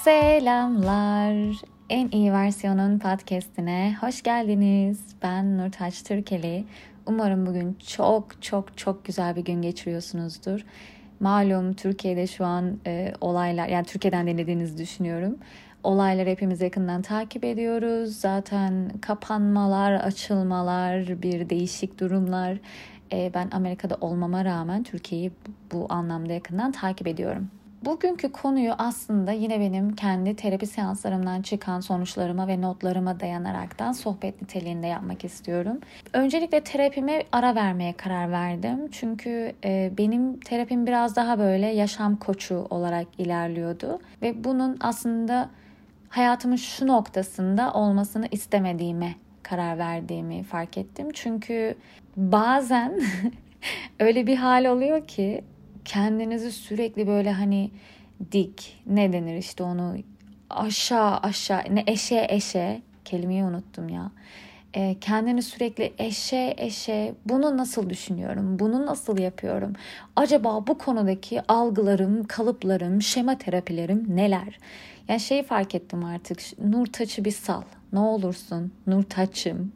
Selamlar. En iyi versiyonun podcast'ine hoş geldiniz. Ben Nurtaç Türkeli. Umarım bugün çok güzel bir gün geçiriyorsunuzdur. Malum Türkiye'de şu an olaylar, yani Türkiye'den dinlediğinizi düşünüyorum. Olayları hepimiz yakından takip ediyoruz. Zaten kapanmalar, açılmalar, bir değişik durumlar. Ben Amerika'da olmama rağmen Türkiye'yi bu anlamda yakından takip ediyorum. Bugünkü konuyu aslında yine benim kendi terapi seanslarımdan çıkan sonuçlarıma ve notlarıma dayanaraktan sohbet niteliğinde yapmak istiyorum. Öncelikle terapime ara vermeye karar verdim. Çünkü benim terapim biraz daha böyle yaşam koçu olarak ilerliyordu. Ve bunun aslında hayatımın şu noktasında olmasını istemediğime karar verdiğimi fark ettim. Çünkü bazen öyle bir hal oluyor ki kendinizi sürekli böyle hani dik, ne denir işte onu, aşağı ne eşe kelimeyi unuttum ya. Kendini sürekli eşe bunu nasıl düşünüyorum, bunu nasıl yapıyorum, acaba bu konudaki algılarım, kalıplarım, şema terapilerim neler? Yani şeyi fark ettim artık, Nurtaç'ı bir sal ne olursun Nurtaç'ım,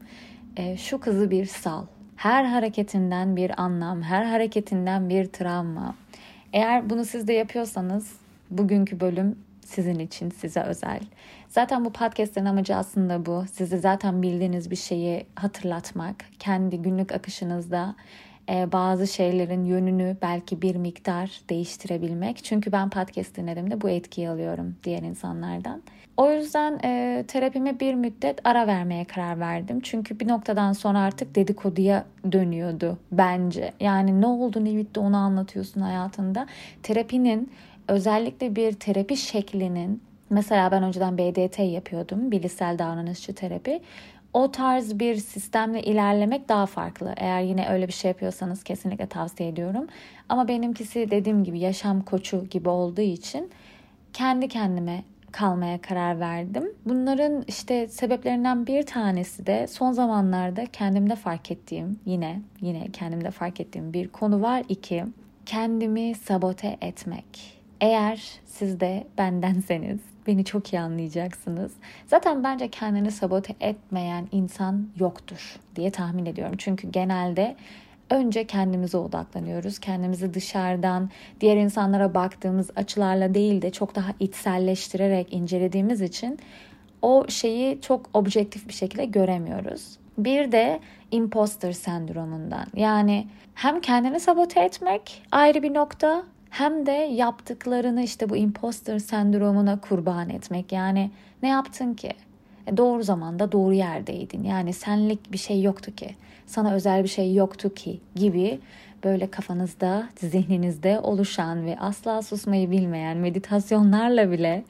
şu kızı bir sal. Her hareketinden bir anlam, her hareketinden bir travma. Eğer bunu siz de yapıyorsanız bugünkü bölüm sizin için, size özel. Zaten bu podcast'ın amacı aslında bu. Size zaten bildiğiniz bir şeyi hatırlatmak. Kendi günlük akışınızda bazı şeylerin yönünü belki bir miktar değiştirebilmek. Çünkü ben podcast dinlediğimde bu etkiyi alıyorum diğer insanlardan. O yüzden terapime bir müddet ara vermeye karar verdim. Çünkü bir noktadan sonra artık dedikoduya dönüyordu bence. Yani ne oldu ne bitti onu anlatıyorsun hayatında. Terapinin, özellikle bir terapi şeklinin, mesela ben önceden BDT yapıyordum, bilişsel davranışçı terapi. O tarz bir sistemle ilerlemek daha farklı. Eğer yine öyle bir şey yapıyorsanız kesinlikle tavsiye ediyorum. Ama benimkisi dediğim gibi yaşam koçu gibi olduğu için kendi kendime kalmaya karar verdim. Bunların işte sebeplerinden bir tanesi de son zamanlarda kendimde fark ettiğim, yine kendimde fark ettiğim bir konu var. 2, kendimi sabote etmek. Eğer siz de bendenseniz beni çok iyi anlayacaksınız. Zaten bence kendini sabote etmeyen insan yoktur diye tahmin ediyorum. Çünkü genelde önce kendimize odaklanıyoruz. Kendimizi dışarıdan diğer insanlara baktığımız açılarla değil de çok daha içselleştirerek incelediğimiz için o şeyi çok objektif bir şekilde göremiyoruz. Bir de imposter sendromundan. Yani hem kendini sabote etmek ayrı bir nokta, hem de yaptıklarını işte bu imposter sendromuna kurban etmek. Yani ne yaptın ki? Doğru zamanda doğru yerdeydin. Yani senlik bir şey yoktu ki. Sana özel bir şey yoktu ki gibi böyle kafanızda, zihninizde oluşan ve asla susmayı bilmeyen meditasyonlarla bile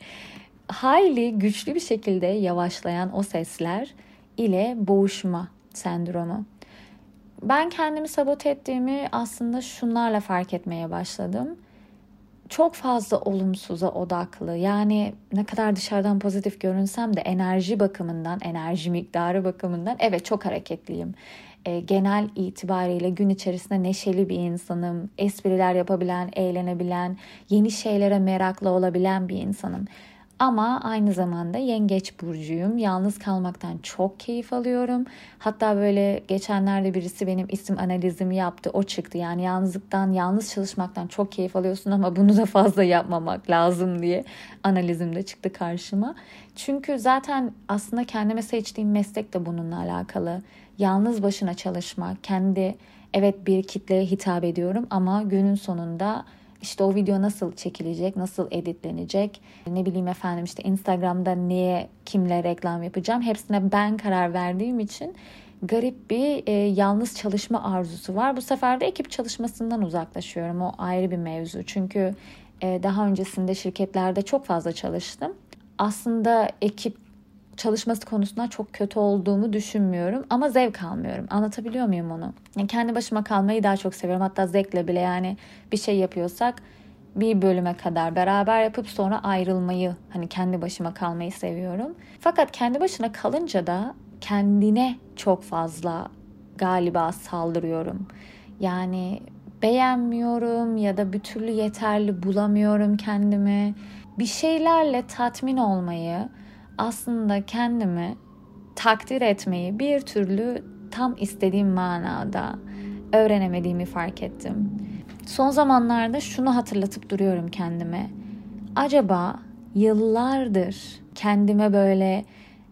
hayli güçlü bir şekilde yavaşlayan o sesler ile boğuşma sendromu. Ben kendimi sabote ettiğimi aslında şunlarla fark etmeye başladım. Çok fazla olumsuza odaklı, yani ne kadar dışarıdan pozitif görünsem de enerji bakımından, enerji miktarı bakımından evet çok hareketliyim. Genel itibariyle gün içerisinde neşeli bir insanım, espriler yapabilen, eğlenebilen, yeni şeylere meraklı olabilen bir insanım. Ama aynı zamanda yengeç burcuyum. Yalnız kalmaktan çok keyif alıyorum. Hatta böyle geçenlerde birisi benim isim analizimi yaptı. O çıktı. Yani yalnızlıktan, yalnız çalışmaktan çok keyif alıyorsun ama bunu da fazla yapmamak lazım diye analizimde çıktı karşıma. Çünkü zaten aslında kendime seçtiğim meslek de bununla alakalı. Yalnız başına çalışmak, evet bir kitleye hitap ediyorum ama günün sonunda İşte o video nasıl çekilecek, nasıl editlenecek, ne bileyim efendim işte Instagram'da neye, kimle reklam yapacağım, hepsine ben karar verdiğim için garip bir yalnız çalışma arzusu var. Bu sefer de ekip çalışmasından uzaklaşıyorum. O ayrı bir mevzu. Çünkü daha öncesinde şirketlerde çok fazla çalıştım. Aslında ekip çalışması konusunda çok kötü olduğumu düşünmüyorum ama zevk almıyorum. Anlatabiliyor muyum onu? Yani kendi başıma kalmayı daha çok seviyorum. Hatta zevkle bile, yani bir şey yapıyorsak bir bölüme kadar beraber yapıp sonra ayrılmayı, hani kendi başıma kalmayı seviyorum. Fakat kendi başına kalınca da kendine çok fazla galiba saldırıyorum. Yani beğenmiyorum ya da bir türlü yeterli bulamıyorum kendimi. bir şeylerle tatmin olmayı, aslında kendimi takdir etmeyi bir türlü tam istediğim manada öğrenemediğimi fark ettim. Son zamanlarda şunu hatırlatıp duruyorum kendime. Acaba yıllardır kendime böyle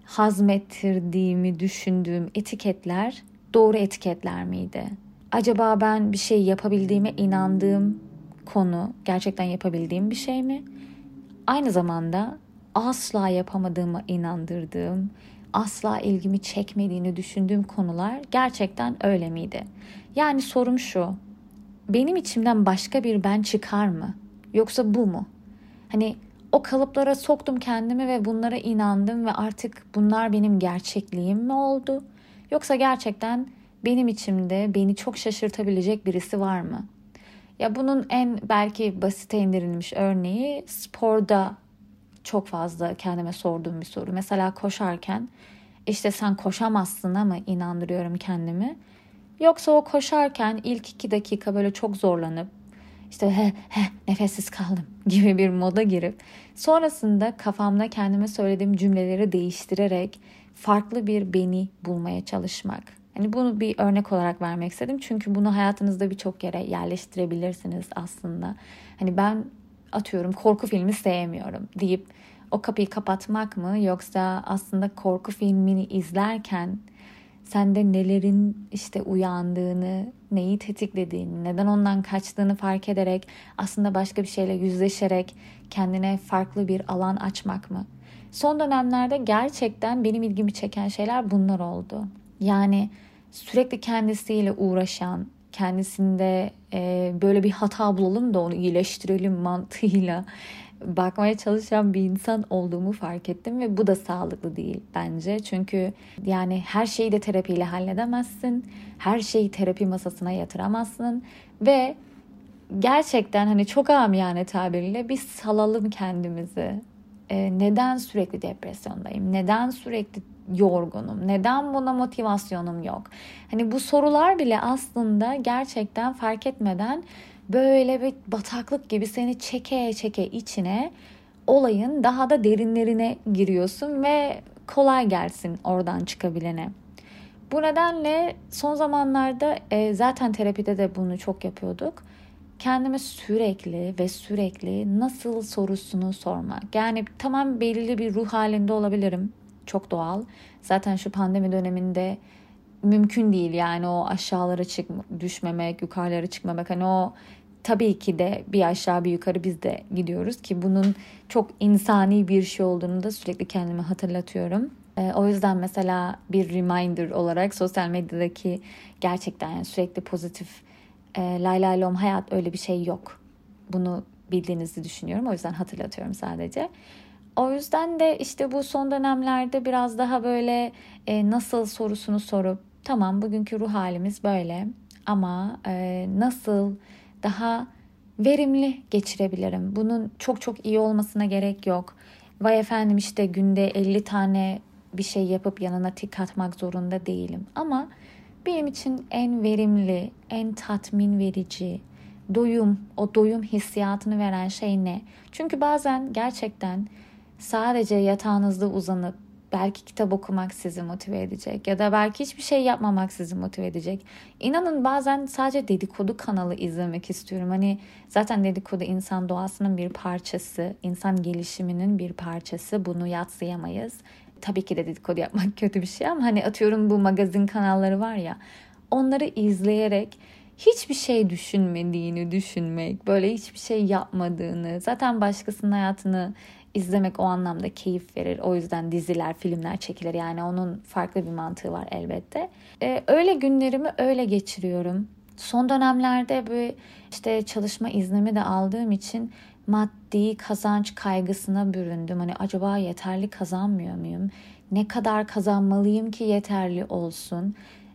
hazmettirdiğimi düşündüğüm etiketler doğru etiketler miydi? Acaba ben bir şey yapabildiğime inandığım konu gerçekten yapabildiğim bir şey mi? Aynı zamanda asla yapamadığıma inandırdığım, asla ilgimi çekmediğini düşündüğüm konular gerçekten öyle miydi? Yani sorum şu, benim içimden başka bir ben çıkar mı? Yoksa bu mu? Hani o kalıplara soktum kendimi ve bunlara inandım ve artık bunlar benim gerçekliğim mi oldu? Yoksa gerçekten benim içimde beni çok şaşırtabilecek birisi var mı? Ya bunun en belki basite indirilmiş örneği sporda çok fazla kendime sorduğum bir soru. Mesela koşarken işte sen koşamazsın ama inandırıyorum kendimi. Yoksa o koşarken ilk 2 dakika böyle çok zorlanıp işte nefessiz kaldım gibi bir moda girip sonrasında kafamda kendime söylediğim cümleleri değiştirerek farklı bir beni bulmaya çalışmak. Hani bunu bir örnek olarak vermek istedim. Çünkü bunu hayatınızda birçok yere yerleştirebilirsiniz aslında. Hani ben atıyorum korku filmi sevmiyorum deyip o kapıyı kapatmak mı, yoksa aslında korku filmini izlerken sende nelerin işte uyandığını, neyi tetiklediğini, neden ondan kaçtığını fark ederek aslında başka bir şeyle yüzleşerek kendine farklı bir alan açmak mı? Son dönemlerde gerçekten benim ilgimi çeken şeyler bunlar oldu. Yani sürekli kendisiyle uğraşan, kendisinde böyle bir hata bulalım da onu iyileştirelim mantığıyla bakmaya çalışan bir insan olduğumu fark ettim ve bu da sağlıklı değil bence. Çünkü yani her şeyi de terapiyle halledemezsin. Her şeyi terapi masasına yatıramazsın ve gerçekten hani çok amiyane tabiriyle bir salalım kendimizi. Neden sürekli depresyondayım? Neden sürekli yorgunum? Neden buna motivasyonum yok? Hani bu sorular bile aslında gerçekten fark etmeden böyle bir bataklık gibi seni çeke çeke içine, olayın daha da derinlerine giriyorsun ve kolay gelsin oradan çıkabilene. Bu nedenle son zamanlarda zaten terapide de bunu çok yapıyorduk. Kendime sürekli nasıl sorusunu sormak. Yani tamam, belirli bir ruh halinde olabilirim. Çok doğal. Zaten şu pandemi döneminde mümkün değil yani o aşağılara düşmemek, yukarılara çıkmamak. Hani o tabii ki de bir aşağı bir yukarı biz de gidiyoruz ki bunun çok insani bir şey olduğunu da sürekli kendime hatırlatıyorum. O yüzden mesela bir reminder olarak sosyal medyadaki gerçekten yani sürekli pozitif lay lay lom hayat, öyle bir şey yok. Bunu bildiğinizi düşünüyorum. O yüzden hatırlatıyorum sadece. O yüzden de işte bu son dönemlerde biraz daha böyle nasıl sorusunu sorup tamam bugünkü ruh halimiz böyle ama nasıl daha verimli geçirebilirim? Bunun çok çok iyi olmasına gerek yok. Vay efendim işte günde 50 tane bir şey yapıp yanına tik atmak zorunda değilim. Ama benim için en verimli, en tatmin verici, o doyum hissiyatını veren şey ne? Çünkü bazen gerçekten sadece yatağınızda uzanıp belki kitap okumak sizi motive edecek ya da belki hiçbir şey yapmamak sizi motive edecek. İnanın bazen sadece dedikodu kanalı izlemek istiyorum. Hani zaten dedikodu insan doğasının bir parçası, insan gelişiminin bir parçası. Bunu yadsıyamayız. Tabii ki de dedikodu yapmak kötü bir şey ama hani atıyorum bu magazin kanalları var ya, onları izleyerek hiçbir şey düşünmediğini düşünmek, böyle hiçbir şey yapmadığını, zaten başkasının hayatını izlemek o anlamda keyif verir. O yüzden diziler, filmler çekilir. Yani onun farklı bir mantığı var elbette. Öyle günlerimi öyle geçiriyorum. Son dönemlerde bu işte çalışma iznimi de aldığım için maddi kazanç kaygısına büründüm. Hani acaba yeterli kazanmıyor muyum? Ne kadar kazanmalıyım ki yeterli olsun?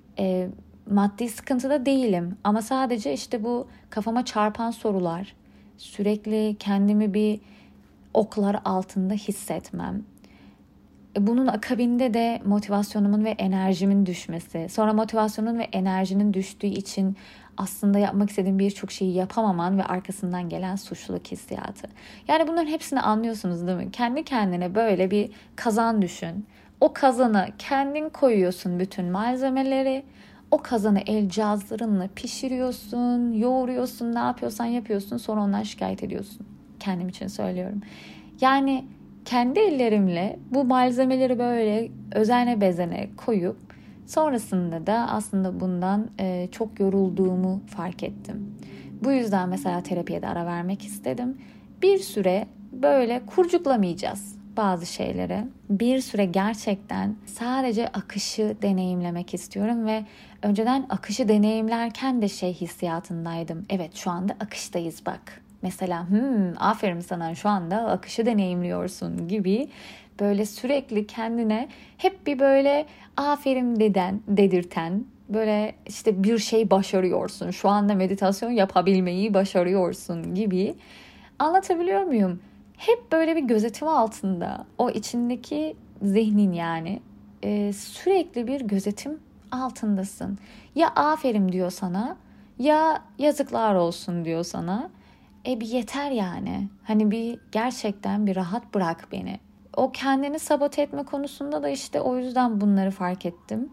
Maddi sıkıntıda değilim ama sadece işte bu kafama çarpan sorular, sürekli kendimi bir oklar altında hissetmem. Bunun akabinde de motivasyonumun ve enerjimin düşmesi. Sonra motivasyonun ve enerjinin düştüğü için aslında yapmak istediğin birçok şeyi yapamaman ve arkasından gelen suçluluk hissiyatı. Yani bunların hepsini anlıyorsunuz değil mi? Kendi kendine böyle bir kazan düşün. O kazana kendin koyuyorsun bütün malzemeleri. O kazanı el cihazlarınla pişiriyorsun, yoğuruyorsun, ne yapıyorsan yapıyorsun. Sonra ondan şikayet ediyorsun. Kendim için söylüyorum. Yani kendi ellerimle bu malzemeleri böyle özene bezene koyup sonrasında da aslında bundan çok yorulduğumu fark ettim. Bu yüzden mesela terapiye de ara vermek istedim. Bir süre böyle kurcuklamayacağız bazı şeyleri. Bir süre gerçekten sadece akışı deneyimlemek istiyorum ve önceden akışı deneyimlerken de hissiyatındaydım. Evet, şu anda akıştayız bak. Mesela aferin sana, şu anda akışı deneyimliyorsun gibi böyle sürekli kendine hep bir böyle aferin dedirten, böyle işte bir şey başarıyorsun, şu anda meditasyon yapabilmeyi başarıyorsun gibi, anlatabiliyor muyum? Hep böyle bir gözetim altında o içindeki zihnin, yani sürekli bir gözetim altındasın. Ya aferin diyor sana, ya yazıklar olsun diyor sana. Bir yeter yani. Hani bir gerçekten bir rahat bırak beni. O kendini sabote etme konusunda da işte o yüzden bunları fark ettim.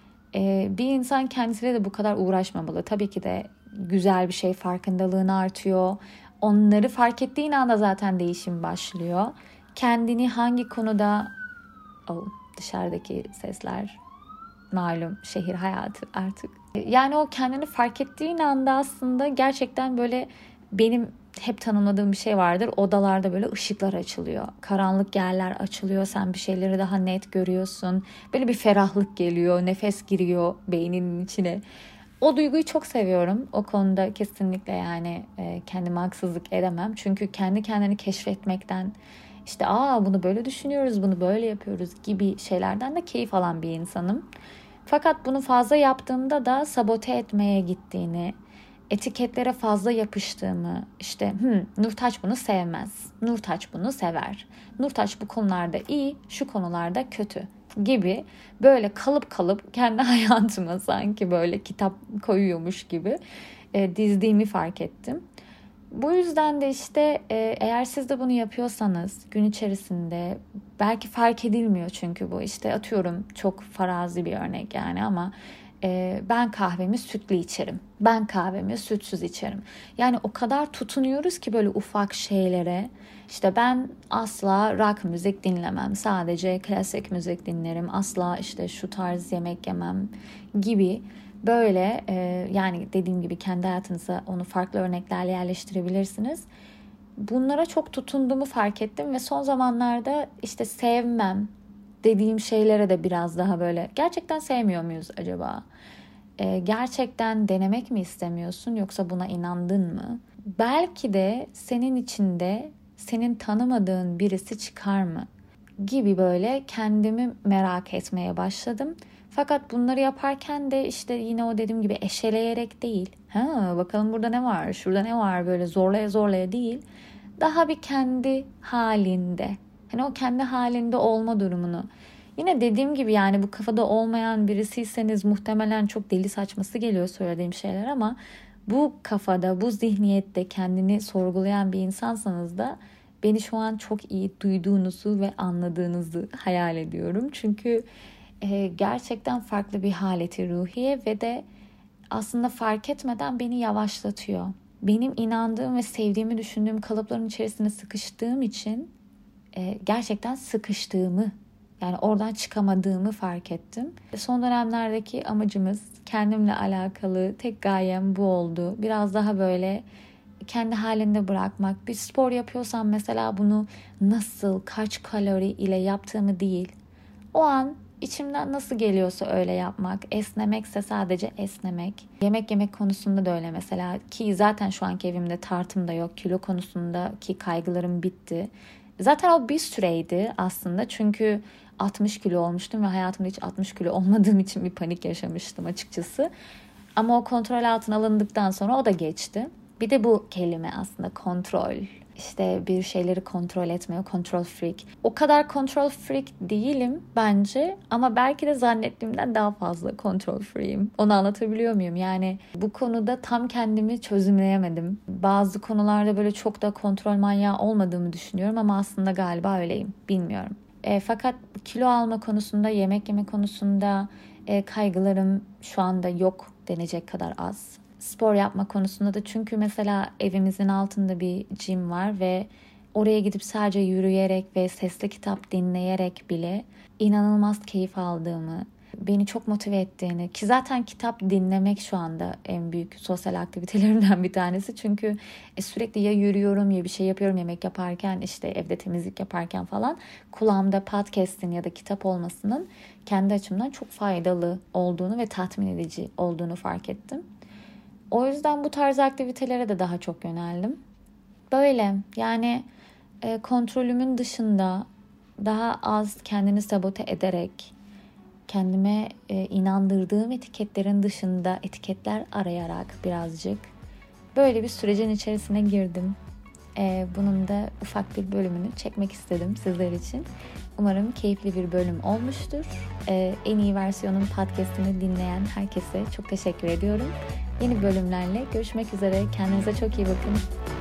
Bir insan kendisiyle de bu kadar uğraşmamalı. Tabii ki de güzel bir şey, farkındalığını artıyor. Onları fark ettiğin anda zaten değişim başlıyor. Kendini hangi konuda... dışarıdaki sesler, malum şehir hayatı artık. Yani o kendini fark ettiğin anda aslında gerçekten böyle, benim hep tanımladığım bir şey vardır. Odalarda böyle ışıklar açılıyor. Karanlık yerler açılıyor. Sen bir şeyleri daha net görüyorsun. Böyle bir ferahlık geliyor. Nefes giriyor beyninin içine. O duyguyu çok seviyorum. O konuda kesinlikle yani kendime haksızlık edemem. Çünkü kendi kendini keşfetmekten, işte bunu böyle düşünüyoruz, bunu böyle yapıyoruz gibi şeylerden de keyif alan bir insanım. Fakat bunu fazla yaptığımda da sabote etmeye gittiğini, etiketlere fazla yapıştığımı, işte Nurtaç bunu sevmez, Nurtaç bunu sever, Nurtaç bu konularda iyi, şu konularda kötü gibi böyle kalıp kendi hayatıma sanki böyle kitap koyuyormuş gibi dizdiğimi fark ettim. Bu yüzden de işte eğer siz de bunu yapıyorsanız gün içerisinde, belki fark edilmiyor çünkü bu, işte atıyorum, çok farazi bir örnek yani, ama ben kahvemi sütlü içerim. Ben kahvemi sütsüz içerim. Yani o kadar tutunuyoruz ki böyle ufak şeylere. İşte ben asla rock müzik dinlemem. Sadece klasik müzik dinlerim. Asla işte şu tarz yemek yemem gibi. Böyle yani dediğim gibi kendi hayatınıza onu farklı örneklerle yerleştirebilirsiniz. Bunlara çok tutunduğumu fark ettim ve son zamanlarda işte sevmem dediğim şeylere de biraz daha böyle, gerçekten sevmiyor muyuz acaba? Gerçekten denemek mi istemiyorsun, yoksa buna inandın mı? Belki de senin içinde senin tanımadığın birisi çıkar mı? Gibi böyle kendimi merak etmeye başladım. Fakat bunları yaparken de işte yine o dediğim gibi eşeleyerek değil. Bakalım burada ne var, şurada ne var, böyle zorlaya zorlaya değil. Daha bir kendi halinde. Hani o kendi halinde olma durumunu. Yine dediğim gibi yani bu kafada olmayan birisiyseniz muhtemelen çok deli saçması geliyor söylediğim şeyler, ama bu kafada, bu zihniyette kendini sorgulayan bir insansanız da beni şu an çok iyi duyduğunuzu ve anladığınızı hayal ediyorum. Çünkü gerçekten farklı bir haleti ruhiye ve de aslında fark etmeden beni yavaşlatıyor. Benim inandığım ve sevdiğimi düşündüğüm kalıpların içerisine sıkıştığım için gerçekten sıkıştığımı, yani oradan çıkamadığımı fark ettim. Son dönemlerdeki amacımız, kendimle alakalı tek gayem bu oldu. Biraz daha böyle kendi halinde bırakmak. Bir spor yapıyorsam mesela bunu nasıl, kaç kalori ile yaptığımı değil, o an içimden nasıl geliyorsa öyle yapmak. Esnemekse sadece esnemek. Yemek yemek konusunda da öyle mesela, ki zaten şu anki evimde tartım da yok. Kilo konusundaki kaygılarım bitti. Zaten o bir süreydi aslında, çünkü 60 kilo olmuştum ve hayatımda hiç 60 kilo olmadığım için bir panik yaşamıştım açıkçası. Ama o kontrol altına alındıktan sonra o da geçti. Bir de bu kelime aslında, kontrol. işte bir şeyleri kontrol etmiyor, control freak. O kadar control freak değilim bence ama belki de zannettiğimden daha fazla control freak'im. Onu anlatabiliyor muyum? Yani bu konuda tam kendimi çözümleyemedim. Bazı konularda böyle çok da kontrol manyağı olmadığımı düşünüyorum ama aslında galiba öyleyim. Bilmiyorum. Fakat kilo alma konusunda, yemek yeme konusunda kaygılarım şu anda yok denecek kadar az. Spor yapma konusunda da, çünkü mesela evimizin altında bir gym var ve oraya gidip sadece yürüyerek ve sesli kitap dinleyerek bile inanılmaz keyif aldığımı, beni çok motive ettiğini, ki zaten kitap dinlemek şu anda en büyük sosyal aktivitelerimden bir tanesi. Çünkü sürekli ya yürüyorum ya bir şey yapıyorum, yemek yaparken, işte evde temizlik yaparken falan, kulağımda podcast'in ya da kitap olmasının kendi açımdan çok faydalı olduğunu ve tatmin edici olduğunu fark ettim. O yüzden bu tarz aktivitelere de daha çok yöneldim. Böyle yani kontrolümün dışında, daha az kendini sabote ederek, kendime inandırdığım etiketlerin dışında etiketler arayarak birazcık böyle bir sürecin içerisine girdim. Bunun da ufak bir bölümünü çekmek istedim sizler için. Umarım keyifli bir bölüm olmuştur. En iyi versiyonun podcast'ini dinleyen herkese çok teşekkür ediyorum. Yeni bölümlerle görüşmek üzere. Kendinize çok iyi bakın.